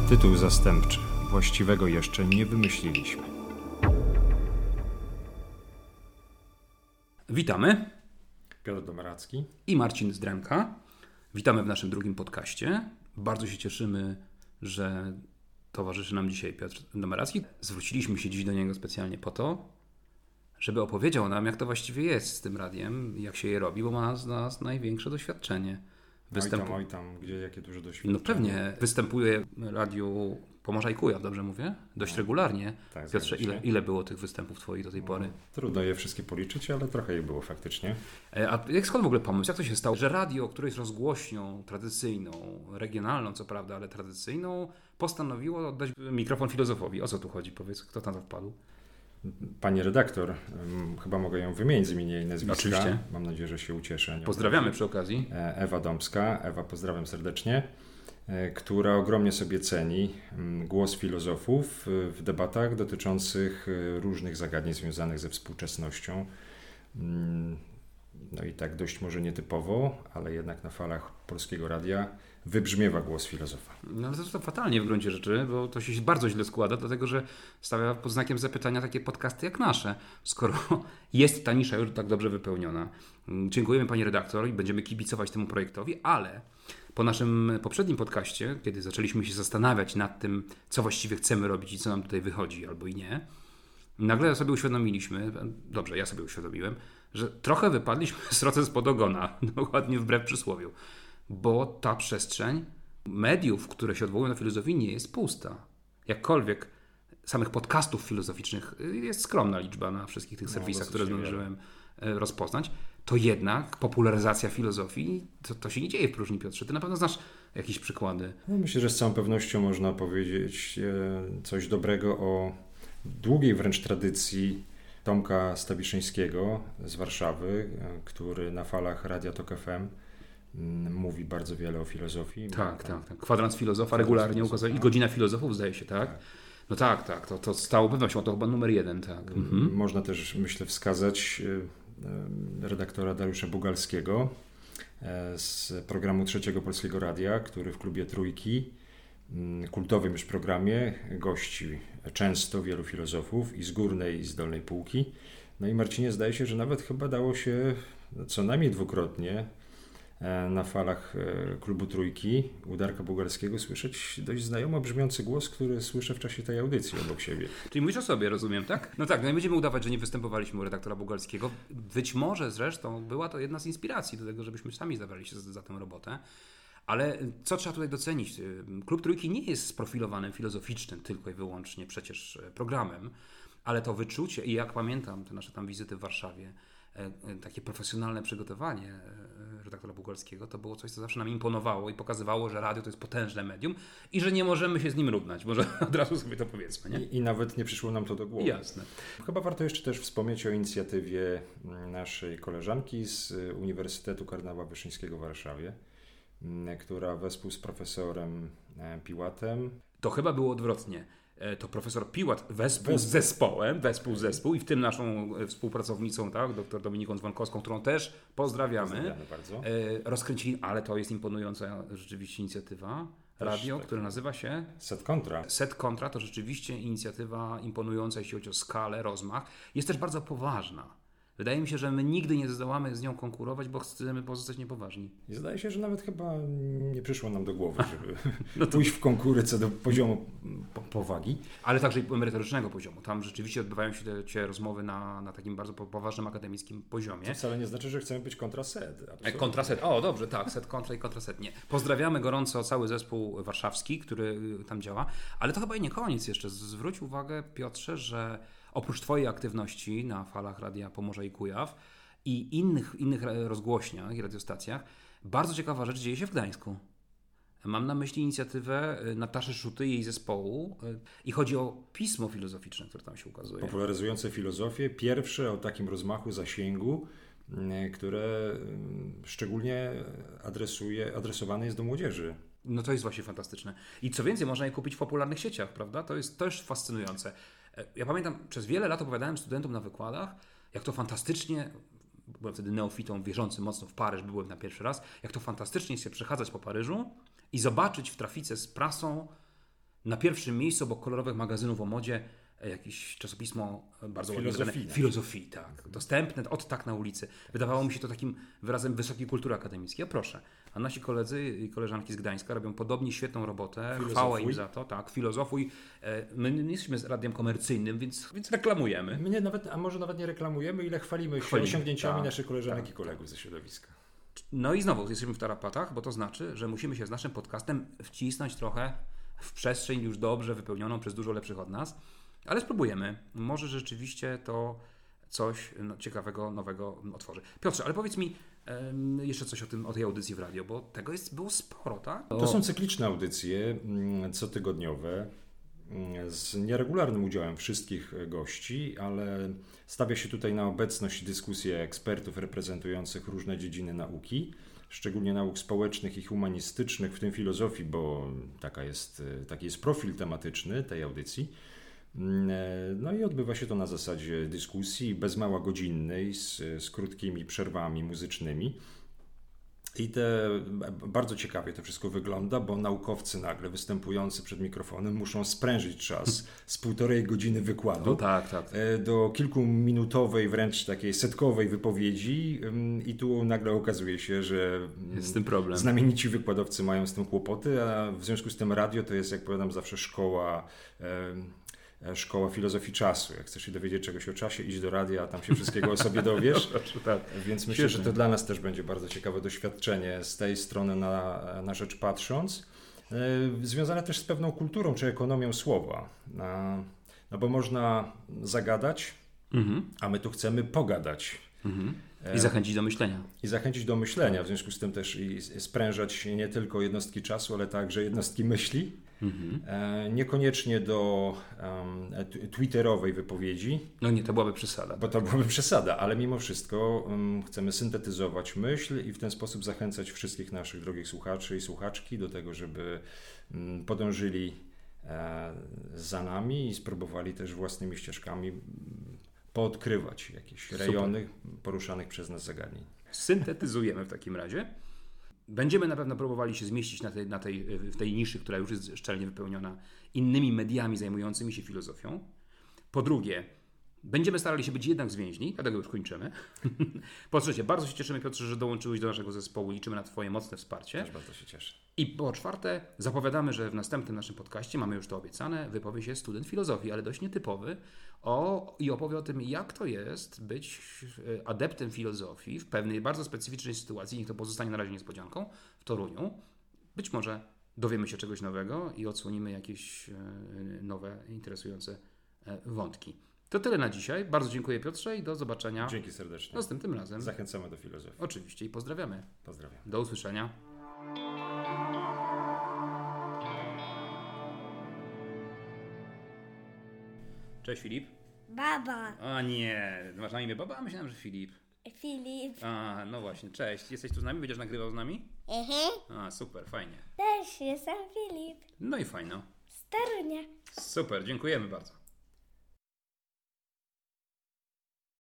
Tytuł zastępczy. Właściwego jeszcze nie wymyśliliśmy. Witamy. Piotr Domaracki I Marcin Zdremka. Witamy w naszym drugim podcaście. Bardzo się cieszymy, że towarzyszy nam dzisiaj Piotr Domaracki. Zwróciliśmy się dziś do niego specjalnie po to, żeby opowiedział nam, jak to właściwie jest z tym radiem, jak się je robi, bo ma z nas największe doświadczenie. Oj tam, jakie duże doświadczenie. No pewnie, występuje w radiu Pomorza i Kujaw, dobrze mówię? Dość regularnie. Tak, Piotrze, ile było tych występów twoich do tej pory? Trudno je wszystkie policzyć, ale trochę ich było faktycznie. A skąd w ogóle pomysł? Jak to się stało, że radio, które jest rozgłośnią tradycyjną, regionalną co prawda, ale tradycyjną, postanowiło oddać mikrofon filozofowi? O co tu chodzi? Powiedz, kto tam wpadł? Pani redaktor, chyba mogę ją wymienić z imienia jej nazwiska. Oczywiście. Mam nadzieję, że się ucieszę. Pozdrawiamy przy okazji. Ewa Dąbska. Ewa, pozdrawiam serdecznie. Która ogromnie sobie ceni głos filozofów w debatach dotyczących różnych zagadnień związanych ze współczesnością. No i tak dość może nietypowo, ale jednak na falach Polskiego Radia wybrzmiewa głos filozofa. No ale to fatalnie w gruncie rzeczy, bo to się bardzo źle składa, dlatego że stawia pod znakiem zapytania takie podcasty jak nasze, skoro jest ta nisza już tak dobrze wypełniona. Dziękujemy pani redaktor i będziemy kibicować temu projektowi, ale po naszym poprzednim podcaście, kiedy zaczęliśmy się zastanawiać nad tym, co właściwie chcemy robić i co nam tutaj wychodzi albo i nie, nagle sobie uświadomiliśmy, ja sobie uświadomiłem, że trochę wypadliśmy z rocem spod ogona, dokładnie wbrew przysłowiu, bo ta przestrzeń mediów, które się odwołują do filozofii, nie jest pusta. Jakkolwiek samych podcastów filozoficznych jest skromna liczba na wszystkich tych serwisach, które zdążyłem rozpoznać, to jednak popularyzacja filozofii to się nie dzieje w próżni, Piotrze. Ty na pewno znasz jakieś przykłady. No, myślę, że z całą pewnością można powiedzieć coś dobrego o długiej wręcz tradycji Tomka Stawiszyńskiego z Warszawy, który na falach Radia Tok FM mówi bardzo wiele o filozofii. Tak. Kwadrans filozofa regularnie ukazuje i Godzina Filozofów, zdaje się, tak? No tak, to z całą pewnością, to chyba numer 1, tak. Można też, myślę, wskazać redaktora Dariusza Bugalskiego z programu Trzeciego Polskiego Radia, który w klubie Trójki, kultowym już programie, gości często wielu filozofów i z górnej i z dolnej półki. No i Marcinie, zdaje się, że nawet chyba dało się co najmniej dwukrotnie na falach klubu Trójki u Darka Bugalskiego słyszeć dość znajomo brzmiący głos, który słyszę w czasie tej audycji obok siebie. Czyli mówisz o sobie, rozumiem, tak? No tak, no nie będziemy udawać, że nie występowaliśmy u redaktora Bugalskiego. Być może zresztą była to jedna z inspiracji do tego, żebyśmy sami zabrali się za tę robotę. Ale co trzeba tutaj docenić? Klub Trójki nie jest sprofilowanym filozoficznym tylko i wyłącznie przecież programem, ale to wyczucie i jak pamiętam te nasze tam wizyty w Warszawie, takie profesjonalne przygotowanie redaktora Bugalskiego, to było coś, co zawsze nam imponowało i pokazywało, że radio to jest potężne medium i że nie możemy się z nim równać. Może od razu sobie to powiedzmy, nie? I nawet nie przyszło nam to do głowy. Jasne. Chyba warto jeszcze też wspomnieć o inicjatywie naszej koleżanki z Uniwersytetu Kardynała Wyszyńskiego w Warszawie, która wespół z profesorem Piłatem. To chyba było odwrotnie. To profesor Piłat wespół z zespół i w tym naszą współpracownicą, tak, dr Dominiką Dzwonkowską, którą też pozdrawiamy bardzo. Rozkręcili, ale to jest imponująca rzeczywiście inicjatywa. Radio, które nazywa się Set Kontra to rzeczywiście inicjatywa imponująca, jeśli chodzi o skalę, rozmach. Jest też bardzo poważna. Wydaje mi się, że my nigdy nie zdołamy z nią konkurować, bo chcemy pozostać niepoważni. I zdaje się, że nawet chyba nie przyszło nam do głowy, żeby pójść w konkurencję do poziomu powagi. Ale także i merytorycznego poziomu. Tam rzeczywiście odbywają się te rozmowy na takim bardzo poważnym akademickim poziomie. To wcale nie znaczy, że chcemy być kontraset. Kontraset, dobrze, tak, set kontra i kontraset, nie. Pozdrawiamy gorąco cały zespół warszawski, który tam działa, ale to chyba i nie koniec jeszcze. Zwróć uwagę, Piotrze, że oprócz twojej aktywności na falach Radia Pomorza i Kujaw i innych rozgłośniach i radiostacjach, bardzo ciekawa rzecz dzieje się w Gdańsku. Mam na myśli inicjatywę Nataszy Szuty i jej zespołu i chodzi o pismo filozoficzne, które tam się ukazuje. Popularyzujące filozofię, pierwsze o takim rozmachu zasięgu, które szczególnie adresowane jest do młodzieży. No to jest właśnie fantastyczne. I co więcej, można je kupić w popularnych sieciach, prawda? To jest też fascynujące. Ja pamiętam, przez wiele lat opowiadałem studentom na wykładach, jak to fantastycznie, byłem wtedy neofitą wierzącym mocno w Paryż, byłem na pierwszy raz, jak to fantastycznie jest się przechadzać po Paryżu i zobaczyć w trafice z prasą na pierwszym miejscu obok kolorowych magazynów o modzie jakieś czasopismo bardzo ładnie zrobione. Filozofii, tak. Dostępne od tak na ulicy. Wydawało mi się to takim wyrazem wysokiej kultury akademickiej. A proszę, a nasi koledzy i koleżanki z Gdańska robią podobnie świetną robotę. Chwała im za to. Tak, filozofuj. My nie jesteśmy radiem komercyjnym, więc reklamujemy. A może nawet nie reklamujemy, ile chwalimy się osiągnięciami naszych koleżanek i kolegów ze środowiska. No i znowu jesteśmy w tarapatach, bo to znaczy, że musimy się z naszym podcastem wcisnąć trochę w przestrzeń już dobrze wypełnioną przez dużo lepszych od nas. Ale spróbujemy. Może rzeczywiście to coś ciekawego, nowego otworzy. Piotrze, ale powiedz mi jeszcze coś o tej audycji w radio, bo tego było sporo, tak? To są cykliczne audycje, cotygodniowe, z nieregularnym udziałem wszystkich gości, ale stawia się tutaj na obecność i dyskusję ekspertów reprezentujących różne dziedziny nauki, szczególnie nauk społecznych i humanistycznych, w tym filozofii, bo taki jest profil tematyczny tej audycji. No i odbywa się to na zasadzie dyskusji bez mała godzinnej, z krótkimi przerwami muzycznymi. I bardzo ciekawie to wszystko wygląda, bo naukowcy nagle występujący przed mikrofonem muszą sprężyć czas z 1,5 godziny wykładu tak. do kilkuminutowej, wręcz takiej setkowej wypowiedzi i tu nagle okazuje się, że jest z tym problem. Znamienici wykładowcy mają z tym kłopoty, a w związku z tym radio to jest, jak powiadam zawsze, szkoła filozofii czasu. Jak chcesz się dowiedzieć czegoś o czasie, idź do radia, a tam się wszystkiego o sobie dowiesz. Tak. Więc myślę, że to dla nas też będzie bardzo ciekawe doświadczenie z tej strony na rzecz patrząc. Związane też z pewną kulturą czy ekonomią słowa. No bo można zagadać, a my tu chcemy pogadać. I zachęcić do myślenia. W związku z tym też i sprężać nie tylko jednostki czasu, ale także jednostki myśli. Niekoniecznie do twitterowej wypowiedzi. No nie, to byłaby przesada. Bo to byłaby przesada, ale mimo wszystko chcemy syntetyzować myśl i w ten sposób zachęcać wszystkich naszych drogich słuchaczy i słuchaczki do tego, żeby podążyli za nami i spróbowali też własnymi ścieżkami poodkrywać jakieś rejony poruszanych przez nas zagadnień. Syntetyzujemy w takim razie. Będziemy na pewno próbowali się zmieścić w tej niszy, która już jest szczelnie wypełniona innymi mediami zajmującymi się filozofią. Po drugie, będziemy starali się być jednak zwięźni, dlatego już kończymy. Po trzecie, bardzo się cieszymy, Piotrze, że dołączyłeś do naszego zespołu. Liczymy na Twoje mocne wsparcie. Też bardzo się cieszę. I po czwarte, zapowiadamy, że w następnym naszym podcaście, mamy już to obiecane, wypowie się student filozofii, ale dość nietypowy, i opowie o tym, jak to jest być adeptem filozofii w pewnej bardzo specyficznej sytuacji, niech to pozostanie na razie niespodzianką, w Toruniu. Być może dowiemy się czegoś nowego i odsłonimy jakieś nowe, interesujące wątki. To tyle na dzisiaj. Bardzo dziękuję, Piotrze, i do zobaczenia. Dzięki serdecznie. Następnym razem. Zachęcamy do filozofii. Oczywiście i pozdrawiamy. Pozdrawiam. Do usłyszenia. Cześć, Filip. Baba. A nie, masz na imię Baba? A myślałem, że Filip. Filip. A, no właśnie, cześć. Jesteś tu z nami? Będziesz nagrywał z nami? A, super, fajnie. Też jestem Filip. No i fajno. Z Torunia. Super, dziękujemy bardzo.